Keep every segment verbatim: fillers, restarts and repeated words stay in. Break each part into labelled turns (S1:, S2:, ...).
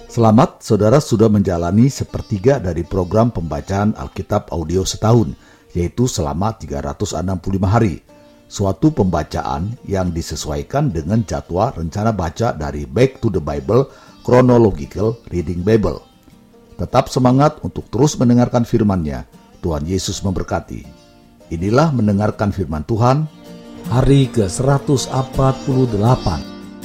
S1: Selamat, saudara sudah menjalani sepertiga dari program pembacaan Alkitab audio setahun, yaitu selama tiga ratus enam puluh lima hari. Suatu pembacaan yang disesuaikan dengan jadwal rencana baca dari Back to the Bible Chronological Reading Bible. Tetap semangat untuk terus mendengarkan firman-Nya. Tuhan Yesus memberkati. Inilah mendengarkan firman Tuhan, hari ke seratus empat puluh delapan.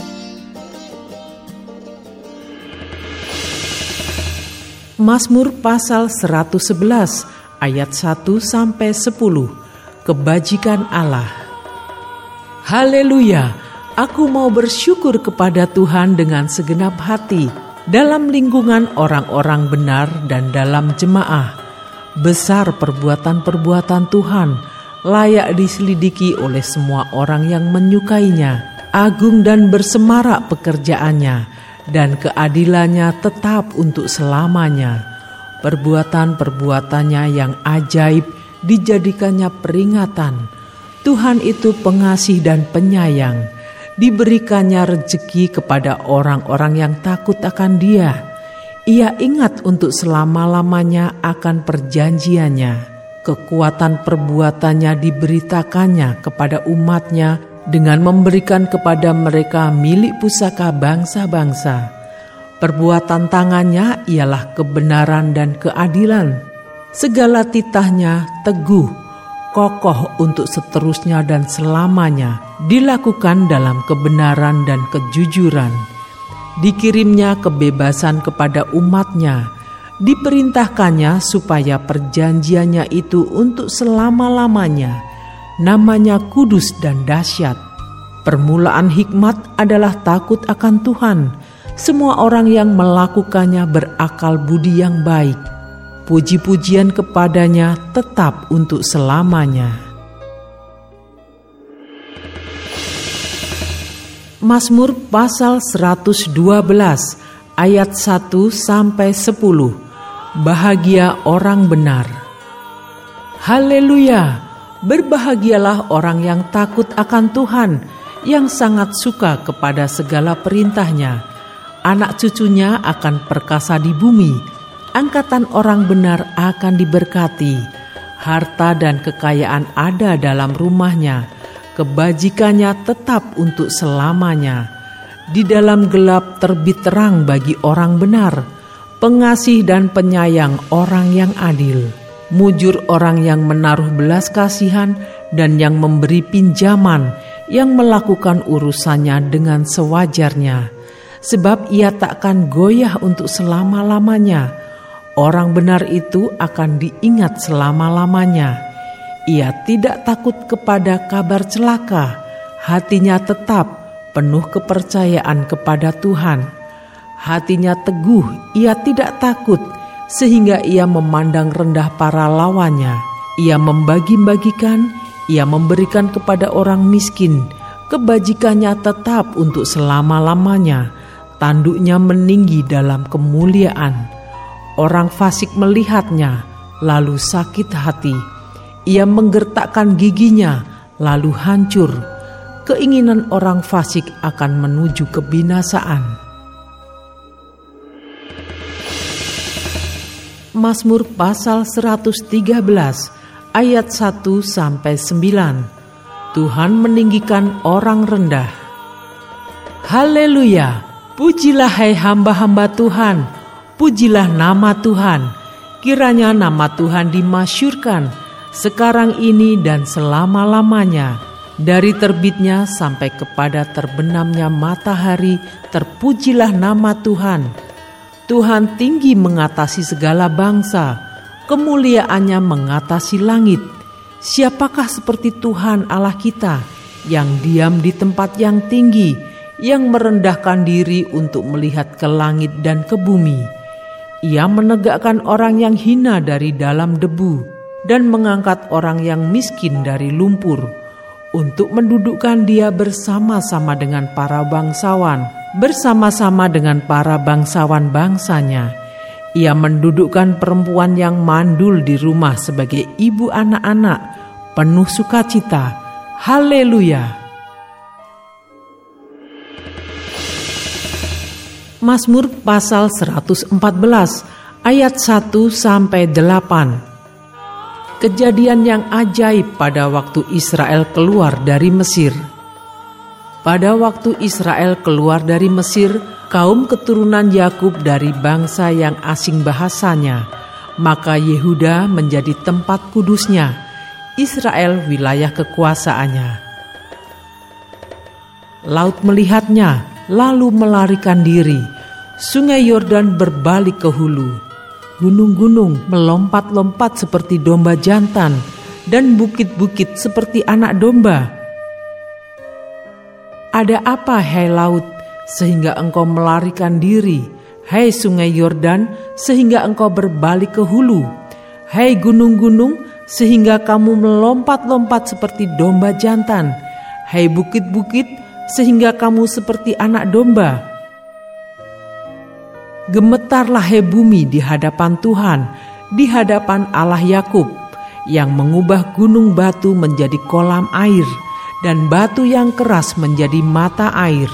S2: Mazmur pasal seratus sebelas ayat satu sampai sepuluh. Kebajikan Allah. Haleluya, aku mau bersyukur kepada Tuhan dengan segenap hati, dalam lingkungan orang-orang benar dan dalam jemaah. Besar perbuatan-perbuatan Tuhan, layak diselidiki oleh semua orang yang menyukainya. Agung dan bersemarak pekerjaannya, dan keadilannya tetap untuk selamanya. Perbuatan-perbuatannya yang ajaib dijadikannya peringatan. Tuhan itu pengasih dan penyayang. Diberikannya rezeki kepada orang-orang yang takut akan Dia. Ia ingat untuk selama-lamanya akan perjanjiannya. Kekuatan perbuatannya diberitakannya kepada umatnya dengan memberikan kepada mereka milik pusaka bangsa-bangsa. Perbuatan tangannya ialah kebenaran dan keadilan. Segala titahnya teguh, kokoh untuk seterusnya dan selamanya, dilakukan dalam kebenaran dan kejujuran. Dikirimnya kebebasan kepada umatnya, diperintahkannya supaya perjanjiannya itu untuk selama-lamanya. Namanya kudus dan dahsyat. Permulaan hikmat adalah takut akan Tuhan. Semua orang yang melakukannya berakal budi yang baik. Puji-pujian kepadanya tetap untuk selamanya. Mazmur pasal seratus dua belas ayat satu sampai sepuluh. Bahagia orang benar. Haleluya. Berbahagialah orang yang takut akan Tuhan, yang sangat suka kepada segala perintah-Nya. Anak cucunya akan perkasa di bumi, angkatan orang benar akan diberkati. Harta dan kekayaan ada dalam rumahnya, kebajikannya tetap untuk selamanya. Di dalam gelap terbit terang bagi orang benar, pengasih dan penyayang orang yang adil. Mujur orang yang menaruh belas kasihan dan yang memberi pinjaman, yang melakukan urusannya dengan sewajarnya. Sebab ia takkan goyah untuk selama-lamanya. Orang benar itu akan diingat selama-lamanya. Ia tidak takut kepada kabar celaka. Hatinya tetap penuh kepercayaan kepada Tuhan. Hatinya teguh, ia tidak takut, sehingga ia memandang rendah para lawannya. Ia membagi-bagikan, ia memberikan kepada orang miskin. Kebajikannya tetap untuk selama-lamanya. Tanduknya meninggi dalam kemuliaan. Orang fasik melihatnya, lalu sakit hati. Ia menggertakkan giginya, lalu hancur. Keinginan orang fasik akan menuju kebinasaan. Mazmur pasal seratus tiga belas ayat satu sampai sembilan. Tuhan meninggikan orang rendah. Haleluya, pujilah hai hamba-hamba Tuhan, pujilah nama Tuhan. Kiranya nama Tuhan dimasyurkan sekarang ini dan selama-lamanya. Dari terbitnya sampai kepada terbenamnya matahari, terpujilah nama Tuhan. Tuhan tinggi mengatasi segala bangsa, kemuliaannya mengatasi langit. Siapakah seperti Tuhan Allah kita, yang diam di tempat yang tinggi, yang merendahkan diri untuk melihat ke langit dan ke bumi. Ia menegakkan orang yang hina dari dalam debu, dan mengangkat orang yang miskin dari lumpur, untuk mendudukkan dia bersama-sama dengan para bangsawan, bersama-sama dengan para bangsawan bangsanya. Ia mendudukkan perempuan yang mandul di rumah sebagai ibu anak-anak, penuh sukacita. Haleluya. Mazmur pasal seratus empat belas ayat satu sampai delapan. Kejadian yang ajaib pada waktu Israel keluar dari Mesir. Pada waktu Israel keluar dari Mesir, kaum keturunan Yakub dari bangsa yang asing bahasanya, maka Yehuda menjadi tempat kudusnya, Israel wilayah kekuasaannya. Laut melihatnya, lalu melarikan diri. Sungai Yordan berbalik ke hulu. Gunung-gunung melompat-lompat seperti domba jantan, dan bukit-bukit seperti anak domba. Ada apa, hai laut, sehingga engkau melarikan diri? Hai sungai Yordan, sehingga engkau berbalik ke hulu? Hai gunung-gunung, sehingga kamu melompat-lompat seperti domba jantan? Hai bukit-bukit, sehingga kamu seperti anak domba? Gemetarlah hai bumi di hadapan Tuhan, di hadapan Allah Yakub, yang mengubah gunung batu menjadi kolam air, dan batu yang keras menjadi mata air.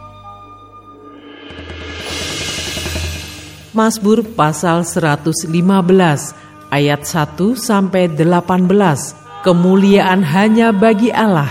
S2: Mazmur pasal seratus lima belas ayat satu sampai delapan belas. Kemuliaan hanya bagi Allah.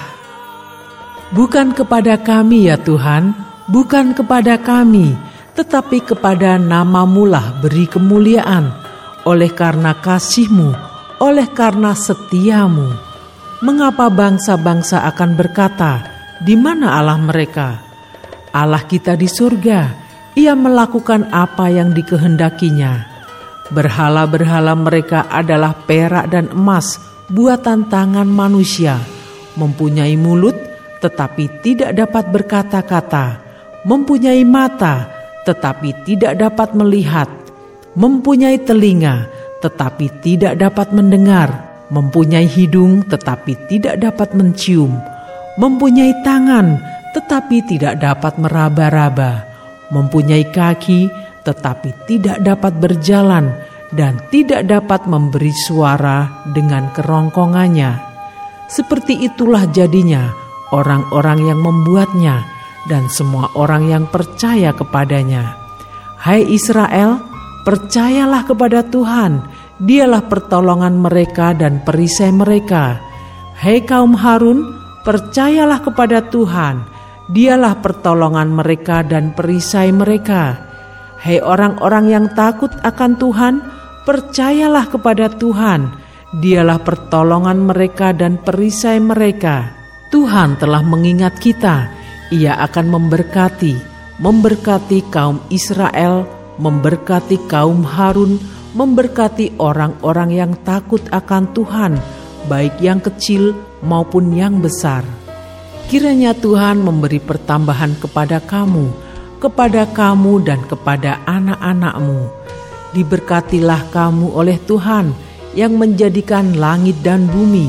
S2: Bukan kepada kami ya Tuhan, bukan kepada kami, tetapi kepada nama-Mu-lah beri kemuliaan, oleh karena kasih-Mu, oleh karena setia-Mu. Mengapa bangsa-bangsa akan berkata, di mana Allah mereka? Allah kita di surga, Ia melakukan apa yang dikehendakinya. Berhala-berhala mereka adalah perak dan emas, buatan tangan manusia, mempunyai mulut, tetapi tidak dapat berkata-kata, mempunyai mata, tetapi tidak dapat melihat, mempunyai telinga, tetapi tidak dapat mendengar, mempunyai hidung, tetapi tidak dapat mencium, mempunyai tangan, tetapi tidak dapat meraba-raba, mempunyai kaki, tetapi tidak dapat berjalan, dan tidak dapat memberi suara dengan kerongkongannya. Seperti itulah jadinya orang-orang yang membuatnya, dan semua orang yang percaya kepadanya. Hai Israel, percayalah kepada Tuhan, Dialah pertolongan mereka dan perisai mereka. Hai kaum Harun, percayalah kepada Tuhan, Dialah pertolongan mereka dan perisai mereka. Hai orang-orang yang takut akan Tuhan, percayalah kepada Tuhan, Dialah pertolongan mereka dan perisai mereka. Tuhan telah mengingat kita, Ia akan memberkati, memberkati kaum Israel, memberkati kaum Harun, memberkati orang-orang yang takut akan Tuhan, baik yang kecil maupun yang besar. Kiranya Tuhan memberi pertambahan kepada kamu, kepada kamu dan kepada anak-anakmu. Diberkatilah kamu oleh Tuhan yang menjadikan langit dan bumi.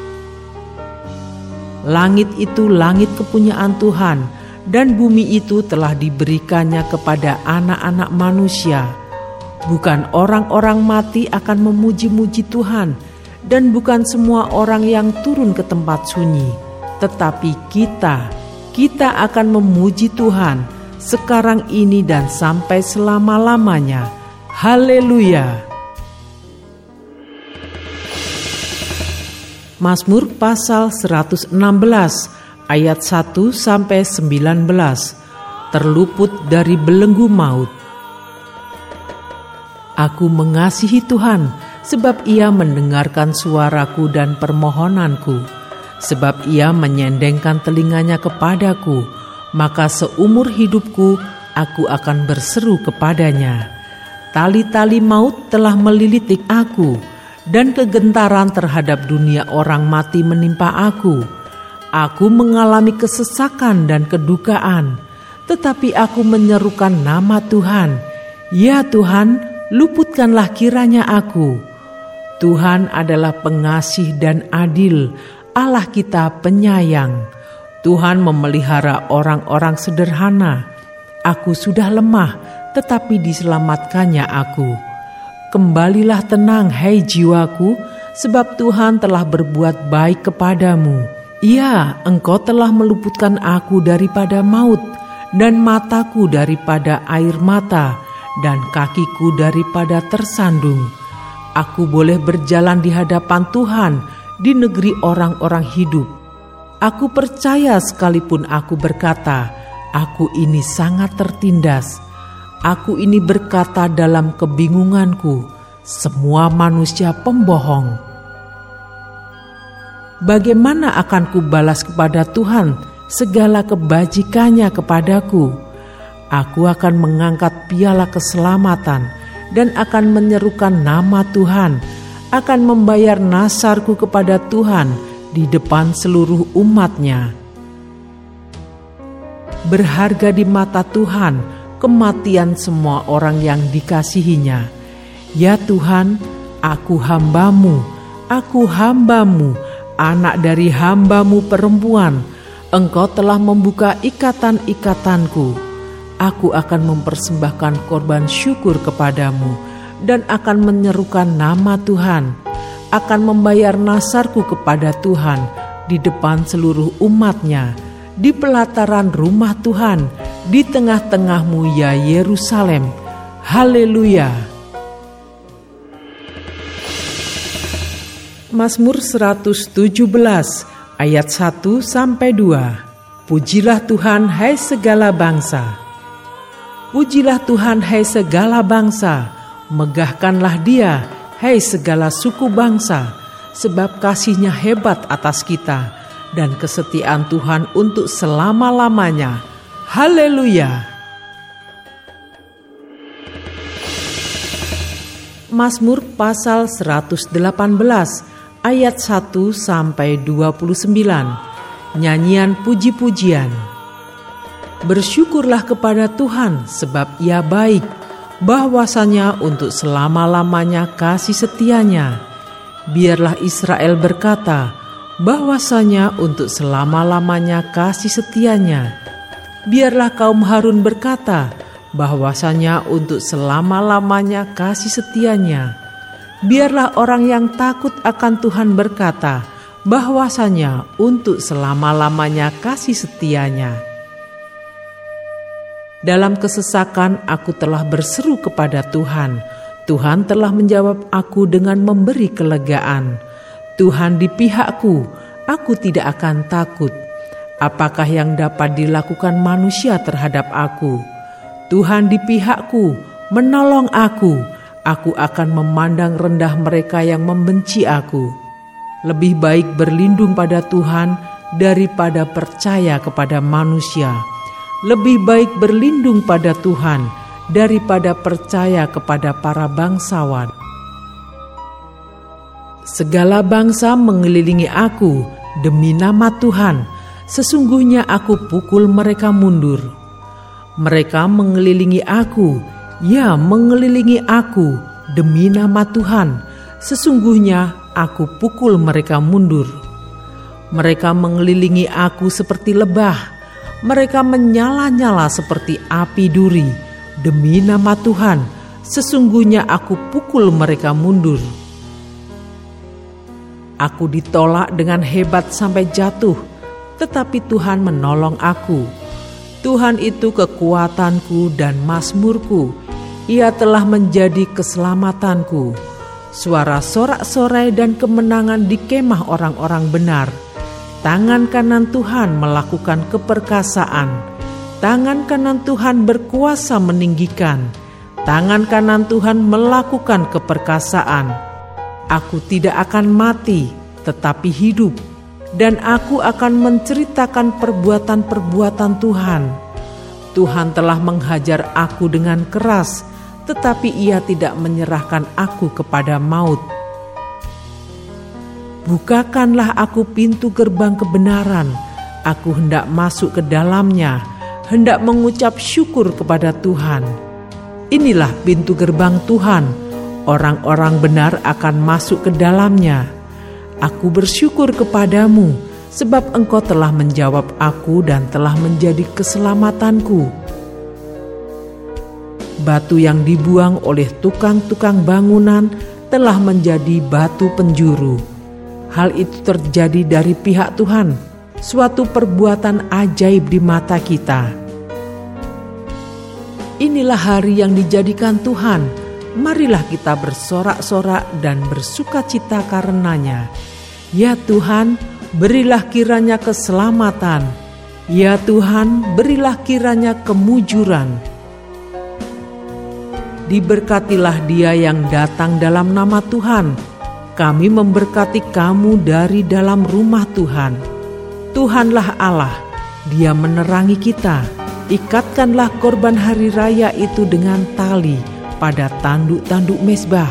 S2: Langit itu langit kepunyaan Tuhan, dan bumi itu telah diberikannya kepada anak-anak manusia. Bukan orang-orang mati akan memuji-muji Tuhan, dan bukan semua orang yang turun ke tempat sunyi. Tetapi kita, kita akan memuji Tuhan sekarang ini dan sampai selama-lamanya. Haleluya. Mazmur pasal seratus enam belas ayat satu sampai sembilan belas. Terluput dari belenggu maut. Aku mengasihi Tuhan, sebab Ia mendengarkan suaraku dan permohonanku. Sebab Ia menyendengkan telinganya kepadaku, maka seumur hidupku aku akan berseru kepadanya. Tali-tali maut telah melilitik aku, dan kegentaran terhadap dunia orang mati menimpa aku. Aku mengalami kesesakan dan kedukaan, tetapi aku menyerukan nama Tuhan. Ya Tuhan, luputkanlah kiranya aku. Tuhan adalah pengasih dan adil, Allah kita penyayang. Tuhan memelihara orang-orang sederhana. Aku sudah lemah, tetapi diselamatkannya aku. Kembalilah tenang, hai jiwaku, sebab Tuhan telah berbuat baik kepadamu. Ya, Engkau telah meluputkan aku daripada maut, dan mataku daripada air mata, dan kakiku daripada tersandung. Aku boleh berjalan di hadapan Tuhan di negeri orang-orang hidup. Aku percaya sekalipun aku berkata, aku ini sangat tertindas. Aku ini berkata dalam kebingunganku, semua manusia pembohong. Bagaimana akan kubalas kepada Tuhan segala kebajikannya kepadaku? Aku akan mengangkat piala keselamatan dan akan menyerukan nama Tuhan, akan membayar nasarku kepada Tuhan di depan seluruh umat-Nya. Berharga di mata Tuhan kematian semua orang yang dikasihi-Nya. Ya Tuhan, aku hamba-Mu, aku hamba-Mu, anak dari hamba-Mu perempuan. Engkau telah membuka ikatan-ikatanku. Aku akan mempersembahkan korban syukur kepadamu dan akan menyerukan nama Tuhan, akan membayar nasarku kepada Tuhan di depan seluruh umat-Nya, di pelataran rumah Tuhan, di tengah-tengahmu ya Yerusalem. Haleluya. Mazmur seratus tujuh belas ayat satu sampai dua. Pujilah Tuhan hai segala bangsa. Pujilah Tuhan hai segala bangsa, megahkanlah Dia hai segala suku bangsa, sebab kasih-Nya hebat atas kita dan kesetiaan Tuhan untuk selama-lamanya. Haleluya. Mazmur pasal seratus delapan belas ayat satu sampai dua puluh sembilan. Nyanyian puji-pujian. Bersyukurlah kepada Tuhan sebab Ia baik, bahwasanya untuk selama-lamanya kasih setia-Nya. Biarlah Israel berkata, bahwasanya untuk selama-lamanya kasih setia-Nya. Biarlah kaum Harun berkata, bahwasanya untuk selama-lamanya kasih setia-Nya. Biarlah orang yang takut akan Tuhan berkata, bahwasanya untuk selama-lamanya kasih setia-Nya. Dalam kesesakan aku telah berseru kepada Tuhan. Tuhan telah menjawab aku dengan memberi kelegaan. Tuhan di pihakku, aku tidak akan takut. Apakah yang dapat dilakukan manusia terhadap aku? Tuhan di pihakku, menolong aku. Aku akan memandang rendah mereka yang membenci aku. Lebih baik berlindung pada Tuhan daripada percaya kepada manusia. Lebih baik berlindung pada Tuhan daripada percaya kepada para bangsawan. Segala bangsa mengelilingi aku demi nama Tuhan. Sesungguhnya aku pukul mereka mundur. Mereka mengelilingi aku, ya mengelilingi aku demi nama Tuhan. Sesungguhnya aku pukul mereka mundur. Mereka mengelilingi aku seperti lebah. Mereka menyala-nyala seperti api duri. Demi nama Tuhan, sesungguhnya aku pukul mereka mundur. Aku ditolak dengan hebat sampai jatuh, tetapi Tuhan menolong aku. Tuhan itu kekuatanku dan mazmurku. Ia telah menjadi keselamatanku. Suara sorak-sorai dan kemenangan di kemah orang-orang benar. Tangan kanan Tuhan melakukan keperkasaan. Tangan kanan Tuhan berkuasa meninggikan. Tangan kanan Tuhan melakukan keperkasaan. Aku tidak akan mati, tetapi hidup. Dan aku akan menceritakan perbuatan-perbuatan Tuhan. Tuhan telah menghajar aku dengan keras, tetapi Ia tidak menyerahkan aku kepada maut. Bukakanlah aku pintu gerbang kebenaran. Aku hendak masuk ke dalamnya, hendak mengucap syukur kepada Tuhan. Inilah pintu gerbang Tuhan. Orang-orang benar akan masuk ke dalamnya. Aku bersyukur kepadamu, sebab Engkau telah menjawab aku dan telah menjadi keselamatanku. Batu yang dibuang oleh tukang-tukang bangunan telah menjadi batu penjuru. Hal itu terjadi dari pihak Tuhan, suatu perbuatan ajaib di mata kita. Inilah hari yang dijadikan Tuhan. Marilah kita bersorak-sorak dan bersukacita karenanya. Ya Tuhan, berilah kiranya keselamatan. Ya Tuhan, berilah kiranya kemujuran. Diberkatilah dia yang datang dalam nama Tuhan. Kami memberkati kamu dari dalam rumah Tuhan. Tuhanlah Allah, Dia menerangi kita. Ikatkanlah korban hari raya itu dengan tali pada tanduk-tanduk mezbah.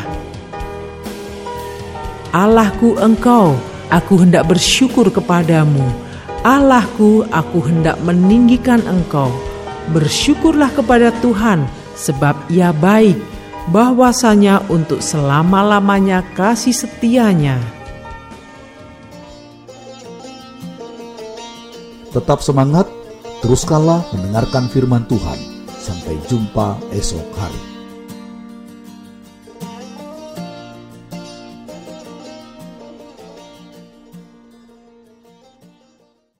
S2: Allahku Engkau, aku hendak bersyukur kepadamu. Allahku, aku hendak meninggikan Engkau. Bersyukurlah kepada Tuhan, sebab Ia baik, bahwasanya untuk selama-lamanya kasih setianya.
S1: Tetap semangat, teruskanlah mendengarkan firman Tuhan. Sampai jumpa esok hari.